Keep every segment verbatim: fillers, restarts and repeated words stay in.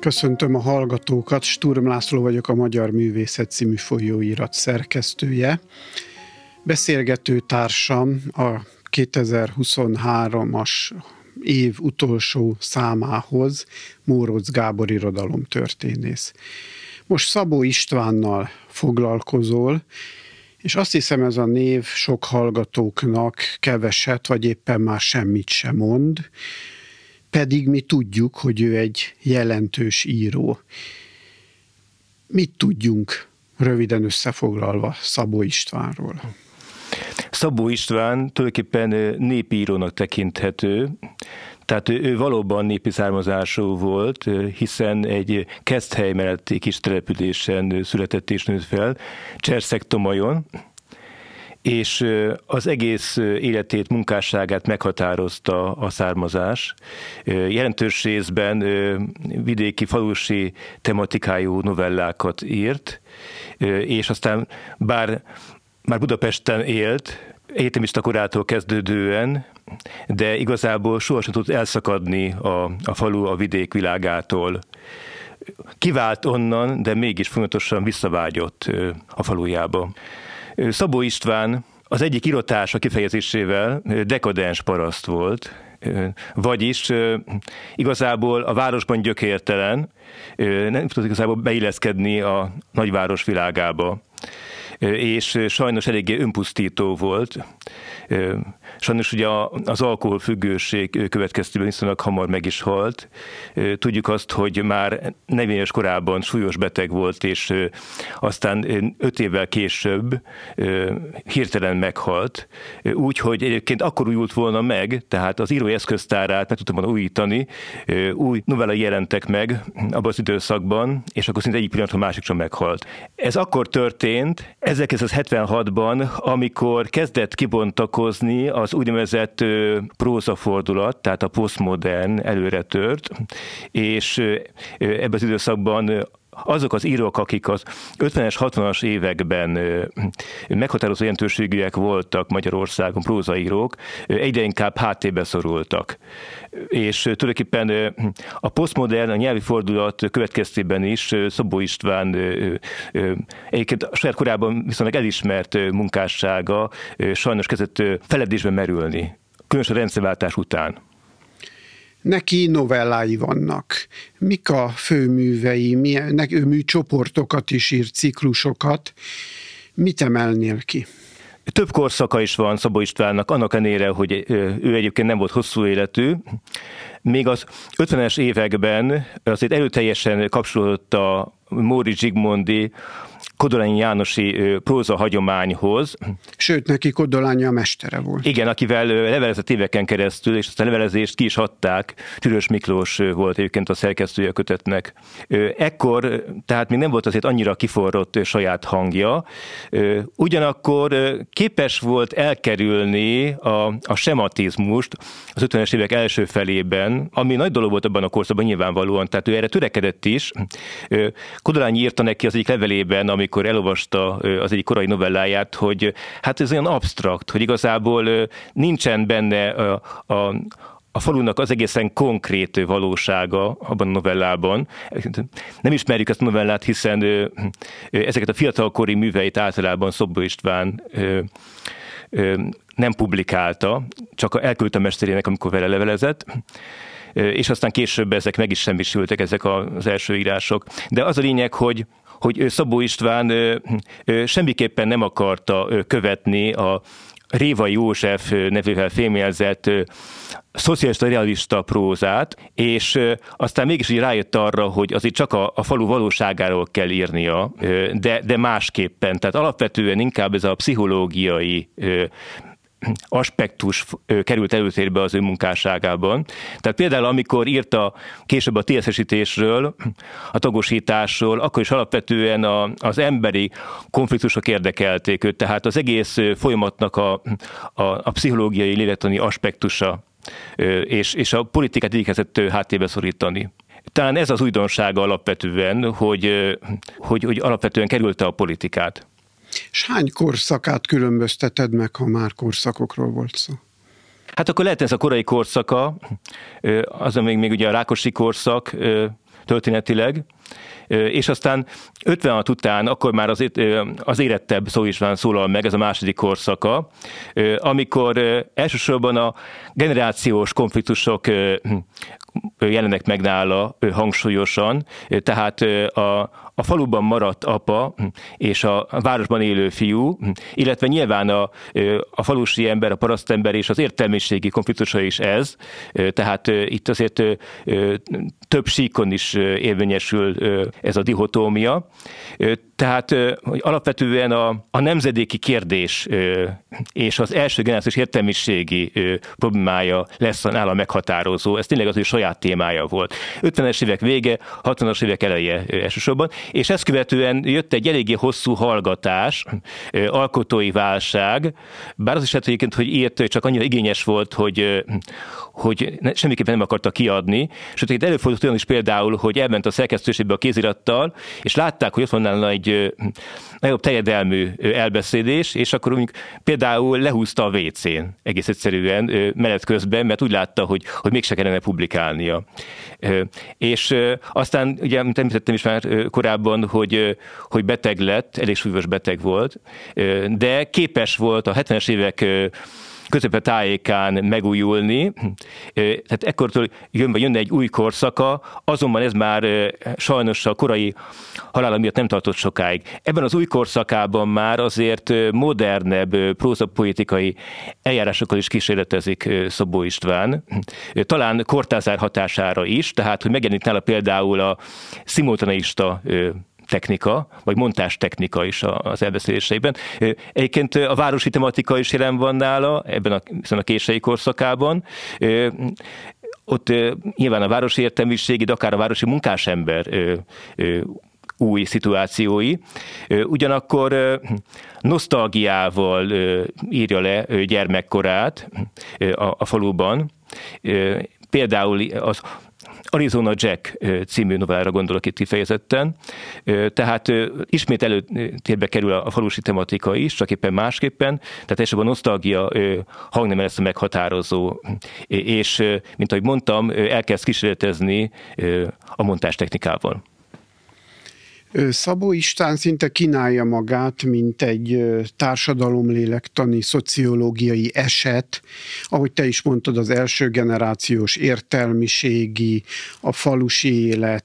Köszöntöm a hallgatókat, Sturm László vagyok, a Magyar Művészet című folyóirat szerkesztője. Beszélgető társam a kétezer-huszonhármas év utolsó számához Mórocz Gábor irodalomtörténész. Most Szabó Istvánnal foglalkozol, és azt hiszem, ez a név sok hallgatóknak keveset, vagy éppen már semmit sem mond, pedig mi tudjuk, hogy ő egy jelentős író. Mit tudjunk röviden összefoglalva Szabó Istvánról? Szabó István tulajdonképpen népírónak tekinthető, tehát ő valóban népi származású volt, hiszen egy Keszthely melletti kis településen született és nőtt fel, Cserszeg-Tomajon, és az egész életét, munkásságát meghatározta a származás. Jelentős részben vidéki, falusi tematikájú novellákat írt, és aztán bár már Budapesten élt, egyetemista korától kezdődően, de igazából sohasem tudott elszakadni a, a falu, a vidék világától. Kivált onnan, de mégis folyamatosan visszavágyott a falujába. Szabó István az egyik írotársa kifejezésével dekadens paraszt volt, vagyis igazából a városban gyökértelen, nem tudott igazából beilleszkedni a nagyváros világába, és sajnos eléggé önpusztító volt. Sajnos ugye az alkoholfüggőség következtében viszonylag hamar meg is halt. Tudjuk azt, hogy már negyven éves korában súlyos beteg volt, és aztán öt évvel később hirtelen meghalt. Úgy, hogy egyébként akkor újult volna meg, tehát az írói eszköztárát meg tudtam volna újítani, új novellai jelentek meg abban az időszakban, és akkor szinte egyik pillanatra másikra meghalt. Ez akkor történt, ezerkilencszázhetvenhatban, amikor kezdett kibontakozni az úgynevezett prózafordulat, tehát a posztmodern előre tört, és ebben az időszakban azok az írók, akik az ötvenes, hatvanas években meghatározó jelentőségűek voltak Magyarországon, prózaírók, egyre inkább háttérbe szorultak. És tulajdonképpen a posztmodern, a nyelvi fordulat következtében is Szabó István egyébként a saját korában viszonylag elismert munkássága sajnos kezdett feledésbe merülni, különösen a rendszerváltás után. Neki novellái vannak. Mik a főművei? Milyen, ő műcsoportokat is ír, ciklusokat. Mit emelnél ki? Több korszaka is van Szabó Istvánnak, annak ellenére, hogy ő egyébként nem volt hosszú életű. Még az ötvenes években azért erőteljesen kapcsolódott a Móricz Zsigmondi, Kodolányi Jánosi próza hagyományhoz. Sőt, neki Kodolányi a mestere volt. Igen, akivel levelezett éveken keresztül, és azt a levelezést ki is adták. Csürös Miklós volt egyébként a szerkesztője a kötetnek. Ekkor, tehát még nem volt azért annyira kiforrott saját hangja, ugyanakkor képes volt elkerülni a, a sematizmust az ötvenes évek első felében, ami nagy dolog volt abban a korszakban nyilvánvalóan, tehát ő erre törekedett is. Kodolányi írta neki az egyik levelében, amikor elolvasta az egyik korai novelláját, hogy hát ez olyan absztrakt, hogy igazából nincsen benne a, a, a falunak az egészen konkrét valósága abban a novellában. Nem ismerjük ezt a novellát, hiszen ezeket a fiatalkori műveit általában Szabó István nem publikálta, csak elküldte a mesterének, amikor vele levelezett, és aztán később ezek meg is semmisültek, ezek az első írások. De az a lényeg, hogy hogy Szabó István semmiképpen nem akarta követni a Révai József nevével fémjelzett szocialista realista prózát, és aztán mégis így rájött arra, hogy azért csak a, a falu valóságáról kell írnia, de, de másképpen. Tehát alapvetően inkább ez a pszichológiai aspektus került előtérbe az ő munkásságában. Tehát például amikor írta később a té es es-esítésről, a tagosításról, akkor is alapvetően a, az emberi konfliktusok érdekelték őt, tehát az egész folyamatnak a, a, a pszichológiai, lélektani aspektusa, és, és a politikát igyekezett háttérbe szorítani. Talán ez az újdonsága alapvetően, hogy, hogy, hogy alapvetően kerülte a politikát. És hány korszakát különbözteted meg, ha már korszakokról volt szó? Hát akkor lehet ez a korai korszaka, az még, még ugye a Rákosi korszak, történetileg, és aztán ötvenhat után, akkor már az, az érettebb Szabó István szólal meg, ez a második korszaka, amikor elsősorban a generációs konfliktusok jelennek meg nála hangsúlyosan, tehát a, a faluban maradt apa és a városban élő fiú, illetve nyilván a, a falusi ember, a parasztember és az értelmiségi konfliktusa is ez, tehát itt azért több síkon is érvényesül ez a dihotómia. Tehát alapvetően a, a nemzedéki kérdés és az első generációs értelmiségi problémája lesz nála meghatározó. Ez tényleg az ő saját témája volt. ötvenes évek vége, hatvanas évek eleje elsősorban, és ezt követően jött egy eléggé hosszú hallgatás, alkotói válság, bár az is lehet egyébként, hogy írt, csak annyira igényes volt, hogy, hogy semmiképpen nem akarta kiadni, és ott előfordult olyan is például, hogy elment a szerkesztőségbe a kézirattal, és látták, hogy ott van nála egy nagyobb terjedelmű elbeszélés, és akkor úgy például lehúzta a vécén egész egyszerűen menet közben, mert úgy látta, hogy, hogy mégse kellene publikálnia. És aztán, ugye, mint említettem is már korábban, hogy, hogy beteg lett, elég súlyos beteg volt, de képes volt a hetvenes évek közepe tájékán megújulni, tehát ekkortól jön, vagy jönne egy új korszaka, azonban ez már sajnos a korai halála miatt nem tartott sokáig. Ebben az új korszakában már azért modernebb prózapoetikai eljárásokkal is kísérletezik Szabó István, talán Kortázár hatására is, tehát hogy megjelenik nála például a szimultaneista technika, vagy montástechnika is az elbeszéléseiben. Egyébként a városi tematika is jelen van nála, ebben a, a késői korszakában. Ott nyilván a városi értelmiségi, de akár a városi munkásember új szituációi. Ugyanakkor nosztalgiával írja le gyermekkorát a faluban. Például az Arizona Jack című novellára gondolok itt kifejezetten. Tehát ismét előtérbe kerül a falusi tematika is, csak éppen másképpen. Tehát elsősorban a nosztalgia hangneme lesz a meghatározó. És, mint ahogy mondtam, elkezd kísérletezni a montástechnikával. Szabó István szinte kínálja magát, mint egy társadalomlélektani, szociológiai eset, ahogy te is mondtad, az első generációs értelmiségi, a falusi élet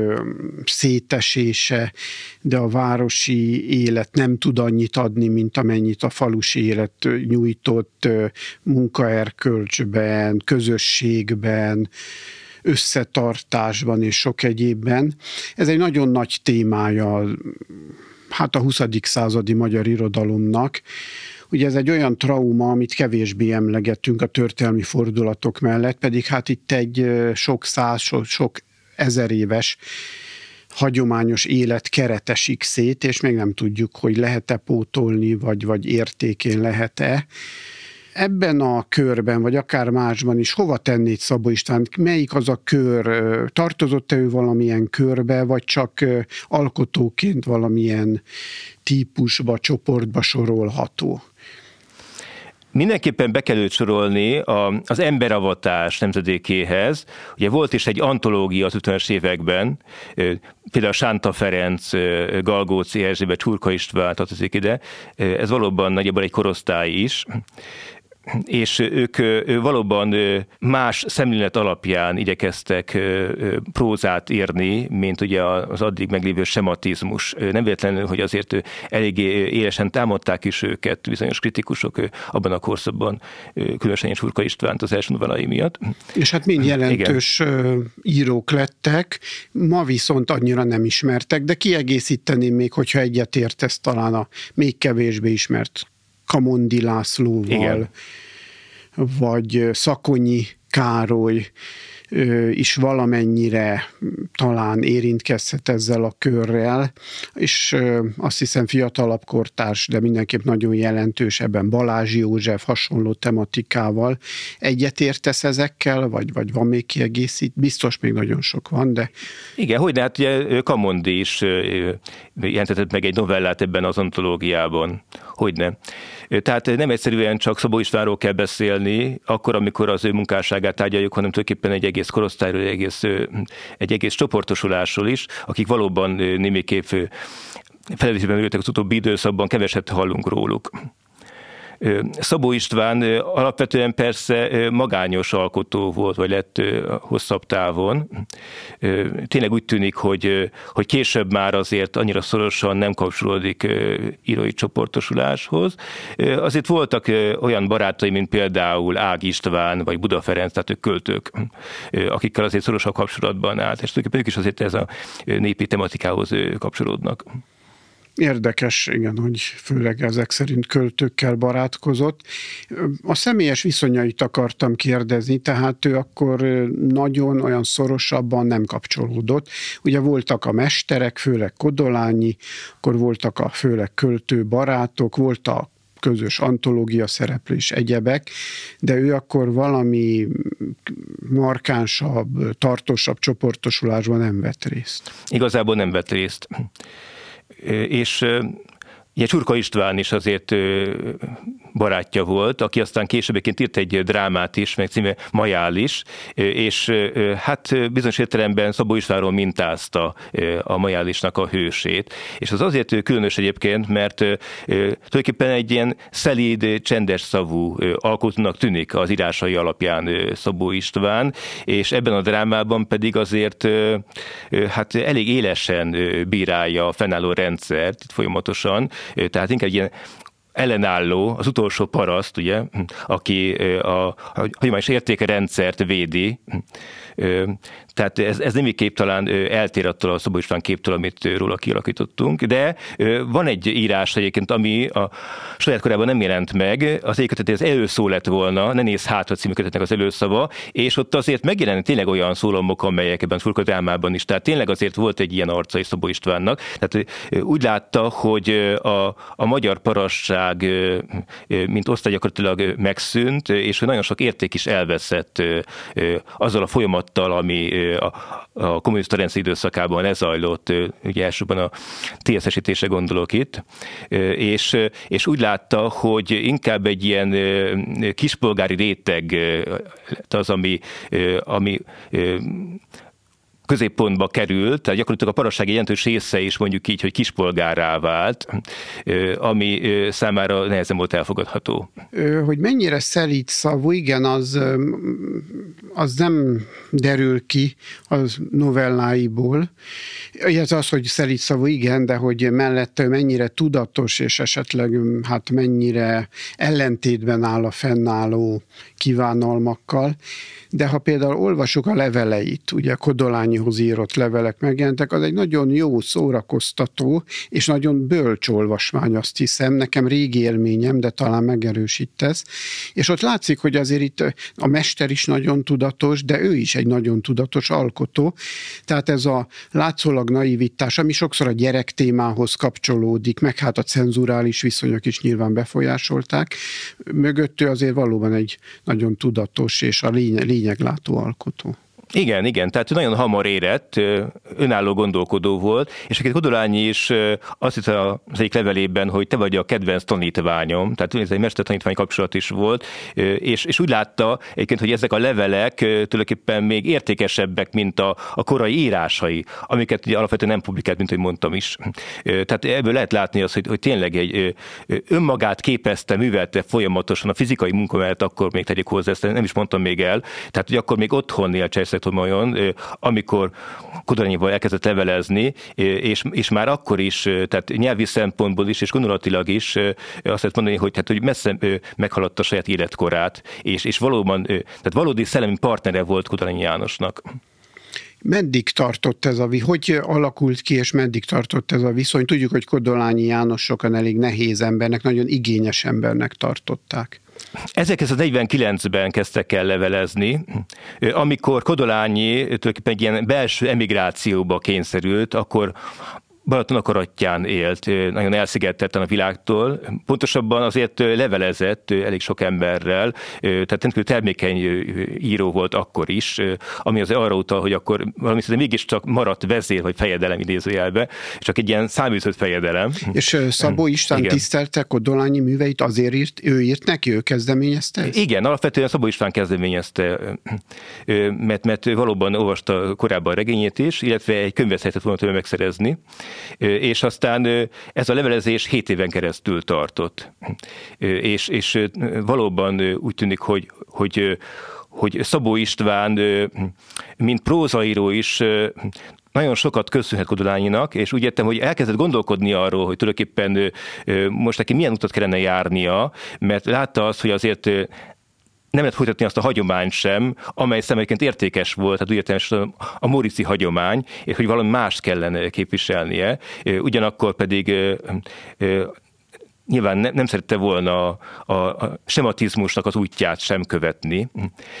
szétesése, de a városi élet nem tud annyit adni, mint amennyit a falusi élet nyújtott munkaerkölcsben, közösségben, összetartásban és sok egyébben. Ez egy nagyon nagy témája hát a huszadik századi magyar irodalomnak. Ugye ez egy olyan trauma, amit kevésbé emlegetünk a történelmi fordulatok mellett, pedig hát itt egy sok száz, sok ezer éves hagyományos élet keretesik szét, és még nem tudjuk, hogy lehet-e pótolni, vagy, vagy értékén lehet-e. Ebben a körben, vagy akár másban is, hova tennéd Szabó István? Melyik az a kör? Tartozott-e ő valamilyen körbe, vagy csak alkotóként valamilyen típusba, csoportba sorolható? Mindenképpen be kell őt sorolni az emberavatás nemzedékéhez. Ugye volt is egy antológia az ötvenes években, például Sánta Ferenc, Galgóci Erzsébet, Csurka István tartozik ide. Ez valóban nagyjából egy korosztály is. És ők valóban más szemlélet alapján igyekeztek prózát írni, mint ugye az addig meglévő sematizmus. Nem véletlenül, hogy azért eléggé élesen támadták is őket bizonyos kritikusok abban a korszakban, különösen Csurka Istvánt az első novellái miatt. És hát mind jelentős igen. írók lettek, ma viszont annyira nem ismertek, de kiegészíteném még, hogyha egyetértesz talán a még kevésbé ismert Kamondi Lászlóval, igen. vagy Szakonyi Károly is valamennyire talán érintkezhet ezzel a körrel, és azt hiszem fiatalabb kortárs, de mindenképp nagyon jelentős ebben Balázs József hasonló tematikával. Egyetértesz ezekkel, vagy, vagy van még kiegészít? Biztos még nagyon sok van, de... Igen, hogy hát ugye Kamondi is jelentetett meg egy novellát ebben az antológiában. Hogyne. Tehát nem egyszerűen csak Szabó Istvánról kell beszélni, akkor, amikor az ő munkásságát tárgyaljuk, hanem tulajdonképpen egy egész korosztályról, egy egész, egy egész csoportosulásról is, akik valóban némiképp felelősségben ültek az utóbbi időszakban, keveset hallunk róluk. Szabó István alapvetően persze magányos alkotó volt, vagy lett hosszabb távon. Tényleg úgy tűnik, hogy, hogy később már azért annyira szorosan nem kapcsolódik írói csoportosuláshoz. Azért voltak olyan barátai, mint például Ág István, vagy Buda Ferenc, tehát ők költők, akikkel azért szorosabb kapcsolatban állt, és tulajdonképpen ők is azért ez a népi tematikához kapcsolódnak. Érdekes, igen, hogy főleg ezek szerint költőkkel barátkozott. A személyes viszonyait akartam kérdezni, tehát ő akkor nagyon olyan szorosabban nem kapcsolódott. Ugye voltak a mesterek, főleg Kodolányi, akkor voltak a főleg költő barátok, volt a közös antológia szereplés, egyebek, de ő akkor valami markánsabb, tartósabb csoportosulásban nem vett részt. Igazából nem vett részt. És ugye Csurka István is azért barátja volt, aki aztán későbbiként írt egy drámát is, meg címe Majális, és hát bizonyos értelemben Szabó Istvánról mintázta a Majálisnak a hősét. És az azért különös egyébként, mert tulajdonképpen egy ilyen szelíd, csendes szavú alkotónak tűnik az írásai alapján Szabó István, és ebben a drámában pedig azért hát elég élesen bírálja a fennálló rendszert itt folyamatosan, tehát inkább ilyen ellenálló, az utolsó paraszt, ugye, aki a hagyományos értékrendszert védi. Tehát ez, ez némiképp talán eltér attól a Szabó István képtől, amit róla kialakítottunk, de van egy írás egyébként, ami a saját korában nem jelent meg, az egyik kötet, az előszó lett volna, Ne nézz hátra című kötetnek az előszava, és ott azért megjelennek tényleg olyan szólamok, amelyek ebben a drámában is, tehát tényleg azért volt egy ilyen arca is Szabó Istvánnak, tehát úgy látta, hogy a, a magyar parasság mint osztály gyakorlatilag megszűnt, és hogy nagyon sok érték is elveszett azzal a folyamattal, ami a, a kommunista rendszer időszakában lezajlott, ugye elsősorban a té es es-ítése gondolok itt, és, és úgy látta, hogy inkább egy ilyen kispolgári réteg az, ami, ami középpontba került, tehát gyakorlatilag a parasság jelentős része is mondjuk így, hogy kispolgárrá vált, ami számára nehezen volt elfogadható. Hogy mennyire szelíd szavú, igen, az, az nem derül ki az novelláiból. Ez az, hogy szelíd szavú, igen, de hogy mellette mennyire tudatos, és esetleg hát mennyire ellentétben áll a fennálló kívánalmakkal. De ha például olvasok a leveleit, ugye Kodolányihoz írott levelek megjelentek, az egy nagyon jó, szórakoztató, és nagyon bölcs olvasmány, azt hiszem. Nekem régi élményem, de talán megerősítesz. És ott látszik, hogy azért itt a mester is nagyon tudatos, de ő is egy nagyon tudatos alkotó. Tehát ez a látszólag naivitás, ami sokszor a gyerek témához kapcsolódik, meg hát a cenzurális viszonyok is nyilván befolyásolták. Mögöttő azért valóban egy nagyon tudatos és a lény- lényeglátó alkotó. Igen, igen, tehát nagyon hamar érett, önálló gondolkodó volt, és akit Kodolányi is azt hitte az egyik levelében, hogy te vagy a kedvenc tanítványom, tehát ez egy mester-tanítvány kapcsolat is volt, és, és úgy látta egyébként, hogy ezek a levelek tulajdonképpen még értékesebbek, mint a, a korai írásai, amiket ugye alapvetően nem publikált, mint hogy mondtam is. Tehát ebből lehet látni azt, hogy, hogy tényleg egy önmagát képezte, művelte folyamatosan a fizikai munka mellett, akkor még tegyük hozzá, ezt nem is mondtam még el, tehát hogy akkor még otthon élt Cserszeg-Tomolyon, amikor Kodolányival elkezdett levelezni, és, és már akkor is, tehát nyelvi szempontból is, és gondolatilag is azt lehet mondani, hogy, hát, hogy messze meghaladta a saját életkorát, és, és valóban, tehát valódi szellemi partnere volt Kodolányi Jánosnak. Meddig tartott ez a viszony? Hogy alakult ki, és meddig tartott ez a viszony? Tudjuk, hogy Kodolányi János sokan elég nehéz embernek, nagyon igényes embernek tartották. ezerkilencszáznegyvenkilencben kezdtek el levelezni, amikor Kodolányi tulajdonképpen egy ilyen belső emigrációba kényszerült, akkor Balatonakarattyán élt, nagyon elszigetelten a világtól, pontosabban azért levelezett elég sok emberrel, tehát rendkívül termékeny író volt akkor is, ami az arra utal, hogy akkor valami szerint mégiscsak maradt vezér, vagy fejedelem idézőjelbe, csak egy ilyen száműzött fejedelem. És Szabó István Igen. tisztelte Kodolanyi műveit, azért írt, ő írt neki, ő kezdeményezte ezt? Igen, alapvetően Szabó István kezdeményezte, mert, mert valóban olvasta korábban a regényét is, illetve egy könyvet szeretett volna tőle megszerezni, és aztán ez a levelezés hét éven keresztül tartott. És, és valóban úgy tűnik, hogy, hogy, hogy Szabó István, mint prózaíró is nagyon sokat köszönhet Kodolányinak, és úgy értem, hogy elkezdett gondolkodni arról, hogy tulajdonképpen most neki milyen utat kellene járnia, mert látta azt, hogy azért nem lehet folytatni azt a hagyományt sem, amely személyként értékes volt, hát úgy értem, a Móriczi hagyomány, és hogy valami mást kellene képviselnie. Ugyanakkor pedig nyilván nem szerette volna a, a sematizmusnak az útját sem követni.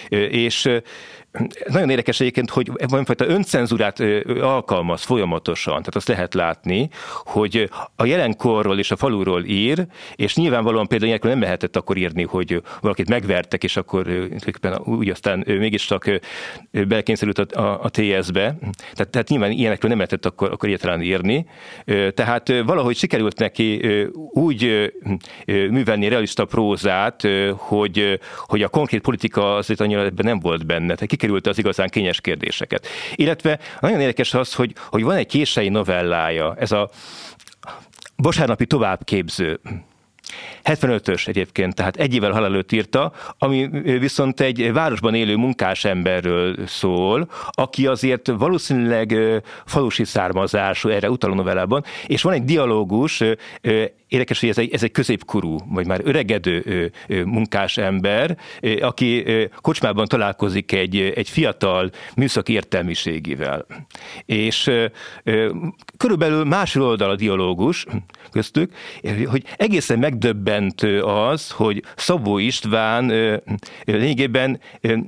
És nagyon érdekes egyébként, hogy valamifajta öncenzúrát alkalmaz folyamatosan, tehát azt lehet látni, hogy a jelenkorról és a faluról ír, és nyilvánvalóan például ilyenkor nem lehetett akkor írni, hogy valakit megvertek, és akkor úgy aztán mégiscsak belekényszerült a, a, a té es-be. Tehát, tehát nyilván ilyenekről nem lehetett akkor, akkor egyáltalán írni. Tehát valahogy sikerült neki úgy művelni realista prózát, hogy, hogy a konkrét politika azért annyira ebben nem volt benne. Tehát kikerült az igazán kényes kérdéseket. Illetve nagyon érdekes az, hogy, hogy van egy késői novellája, ez a vasárnapi továbbképző. hetvenötös egyébként, tehát egy évvel halál előtt írta, ami viszont egy városban élő munkásemberről szól, aki azért valószínűleg falusi származású, erre utal a novellában, és van egy dialógus, érdekes, hogy ez egy, ez egy középkorú, vagy már öregedő munkásember, aki kocsmában találkozik egy, egy fiatal műszaki értelmiségivel. És körülbelül másfél oldal a dialógus köztük, hogy egészen megdöbbentő az, hogy Szabó István lényegében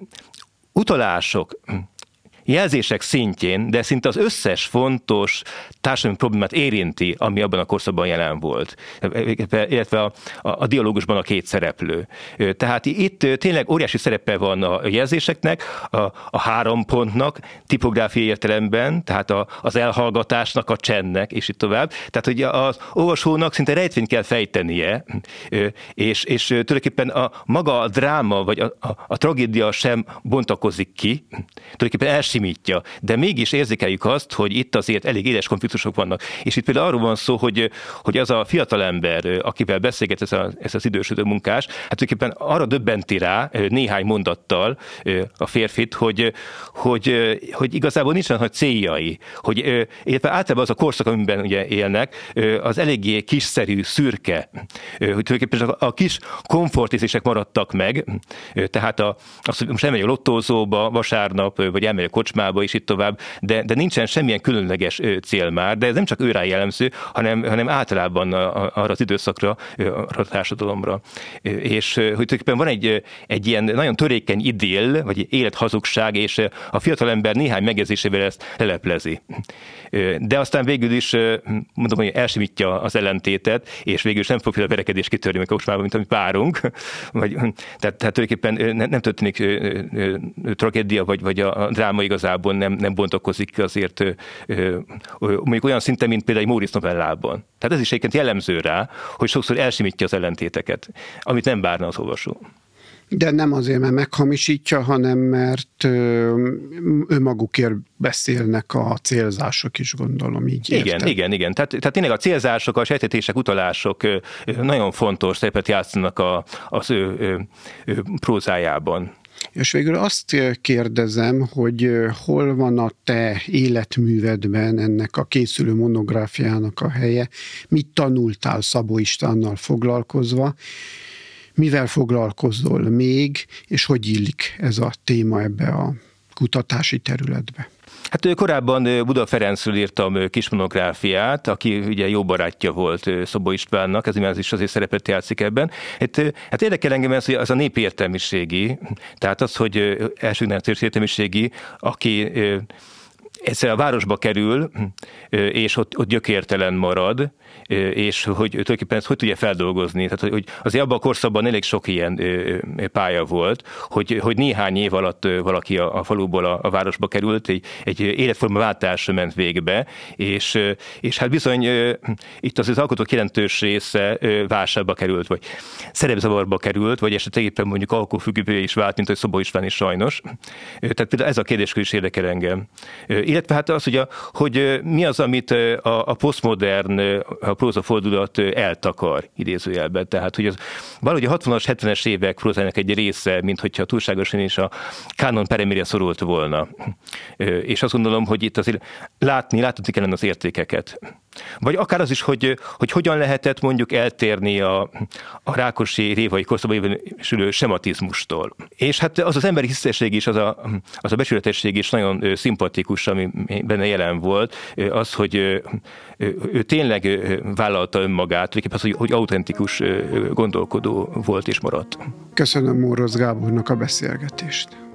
utalások, jelzések szintjén, de szinte az összes fontos társadalmi problémát érinti, ami abban a korszakban jelen volt. Illetve a, a, a dialógusban a két szereplő. Tehát itt tényleg óriási szerepe van a jelzéseknek, a, a három pontnak, tipográfiai értelemben, tehát a, az elhallgatásnak, a csendnek, és itt tovább. Tehát, hogy az olvasónak szinte rejtvényt kell fejtenie, és, és tulajdonképpen a maga a dráma, vagy a, a, a tragédia sem bontakozik ki, tulajdonképpen elsimítja, de mégis érzékeljük azt, hogy itt azért elég éles konfliktusok vannak. És itt például arról van szó, hogy, hogy az a fiatalember, akivel beszélget ez, a, ez az idősödő munkás, hát tulajdonképpen arra döbbenti rá néhány mondattal a férfit, hogy, hogy, hogy igazából nincsenek nagy céljai, hogy illetve általában az a korszak, amiben ugye élnek, az eléggé kiszerű, szürke, hogy tulajdonképpen a, a kis komfortérzések maradtak meg, tehát a, az, hogy most elmegy a lottózóba vasárnap, vagy elmegy a kocsmába, és itt tovább, de, de nincsen semmilyen különleges cél már, de ez nem csak őrá jellemző, hanem, hanem általában arra az időszakra, arra a társadalomra. És hogy tulajdonképpen van egy, egy ilyen nagyon törékeny idill, vagy élethazugság, és a fiatalember néhány megjegyzésével ezt leleplezi. De aztán végül is, mondom, hogy elsimítja az ellentétet, és végül is nem fog a verekedés kitörni meg a kocsmában, mint amit várunk. Vagy, tehát, tehát tulajdonképpen nem, nem történik tragédia, vagy, vagy a dráma igazából nem, nem bontakozik azért mondjuk olyan szinten, mint például egy Móricz novellában. Tehát ez is egyébként jellemző rá, hogy sokszor elsimítja az ellentéteket, amit nem várna az olvasó. De nem azért, mert meghamisítja, hanem mert önmagukért beszélnek a célzások is, gondolom, így értem. Igen, igen, igen. Tehát, tehát tényleg a célzások, a sejtetések, utalások nagyon fontos szerepet játszanak a, az ő, ő, ő prózájában. És végül azt kérdezem, hogy hol van a te életművedben ennek a készülő monográfiának a helye? Mit tanultál Szabó Istvánnal foglalkozva? Mivel foglalkozol még, és hogy illik ez a téma ebbe a kutatási területbe? Hát korábban Buda Ferencről írtam kis monográfiát, aki ugye jó barátja volt Szabó Istvánnak, ez is azért szerepet játszik ebben. Hát, hát érdekel engem ez, hogy az a népi értelmiségi, tehát az, hogy első generációs értelmiségi, aki egyszer a városba kerül, és ott, ott gyökértelen marad, és hogy tulajdonképpen ezt hogy tudja feldolgozni. Tehát, hogy azért abban a korszakban elég sok ilyen pálya volt, hogy, hogy néhány év alatt valaki a, a faluból a, a városba került, egy, egy életformaváltás ment végbe, és, és hát bizony itt az, az alkotók jelentős része válságba került, vagy szerepzavarba került, vagy esetleg mondjuk alkoholfüggővé is vált, mint hogy Szabó István is sajnos. Tehát például ez a kérdéskör is érdekel engem. Illetve hát az, hogy, a, hogy mi az, amit a, a posztmodern, a prózafordulat eltakar idézőjelben. Tehát, hogy az valahogy a hatvanas, hetvenes évek prózájának egy része, mint hogyha túlságosan is a kánon peremére szorult volna. És azt gondolom, hogy itt azért látni, látni kellene az értékeket. Vagy akár az is, hogy, hogy hogyan lehetett mondjuk eltérni a, a Rákosi révai korszakban évesülő sematizmustól. És hát az az emberi hiszesség is, az a, az a becsületesség is nagyon szimpatikus, ami benne jelen volt, az, hogy ő tényleg vállalta önmagát, az, hogy, hogy autentikus gondolkodó volt és maradt. Köszönöm Mórocz Gábornak a beszélgetést.